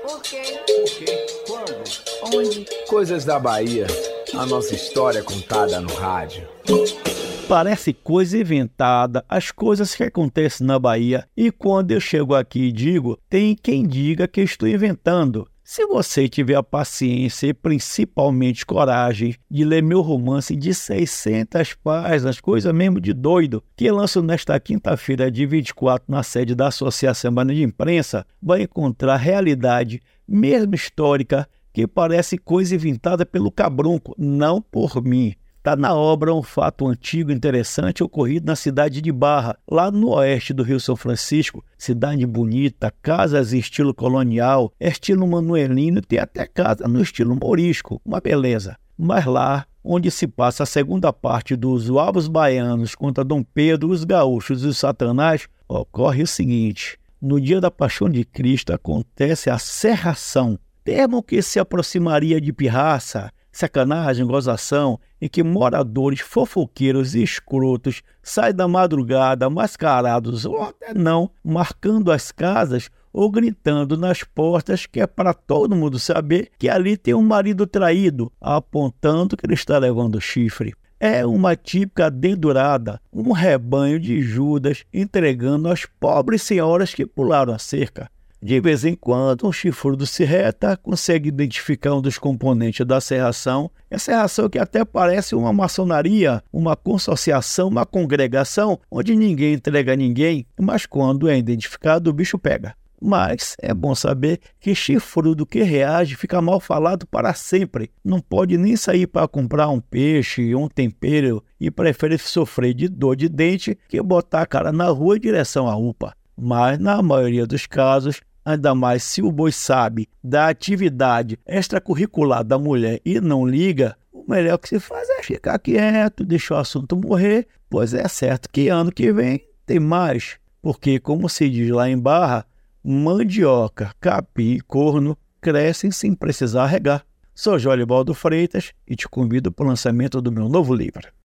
Por quê? Por quê? Quando? Onde? Coisas da Bahia. A nossa história contada no rádio. Parece coisa inventada as coisas que acontecem na Bahia, e quando eu chego aqui e digo, tem quem diga que estou inventando. Se você tiver a paciência e principalmente coragem de ler meu romance de 600 páginas, coisa mesmo de doido, que lanço nesta quinta-feira de 24 na sede da Associação Baiana de Imprensa, vai encontrar realidade, mesmo histórica, que parece coisa inventada pelo Cabrunco, não por mim. Está na obra um fato antigo e interessante ocorrido na cidade de Barra, lá no oeste do Rio São Francisco. Cidade bonita, casas em estilo colonial, estilo manuelino, tem até casa no estilo morisco, uma beleza. Mas lá, onde se passa a segunda parte dos Alvos Baianos contra Dom Pedro, os gaúchos e os satanás, ocorre o seguinte: no dia da Paixão de Cristo acontece a serração, termo que se aproximaria de pirraça, sacanagem, gozação, em que moradores fofoqueiros e escrotos saem da madrugada mascarados ou até não, marcando as casas ou gritando nas portas, que é para todo mundo saber que ali tem um marido traído, apontando que ele está levando chifre. É uma típica dedurada, um rebanho de Judas entregando às pobres senhoras que pularam a cerca. De vez em quando, um chifrudo se reta, consegue identificar um dos componentes da serração. É serração que até parece uma maçonaria, uma consociação, uma congregação, onde ninguém entrega a ninguém, mas quando é identificado, o bicho pega. Mas é bom saber que chifrudo que reage fica mal falado para sempre. Não pode nem sair para comprar um peixe, um tempero, e prefere sofrer de dor de dente que botar a cara na rua em direção à UPA. Mas, na maioria dos casos, ainda mais se o boi sabe da atividade extracurricular da mulher e não liga, o melhor que se faz é ficar quieto, deixar o assunto morrer, pois é certo que ano que vem tem mais. Porque, como se diz lá em Barra, mandioca, capim e corno crescem sem precisar regar. Sou Jolibaldo Freitas e te convido para o lançamento do meu novo livro.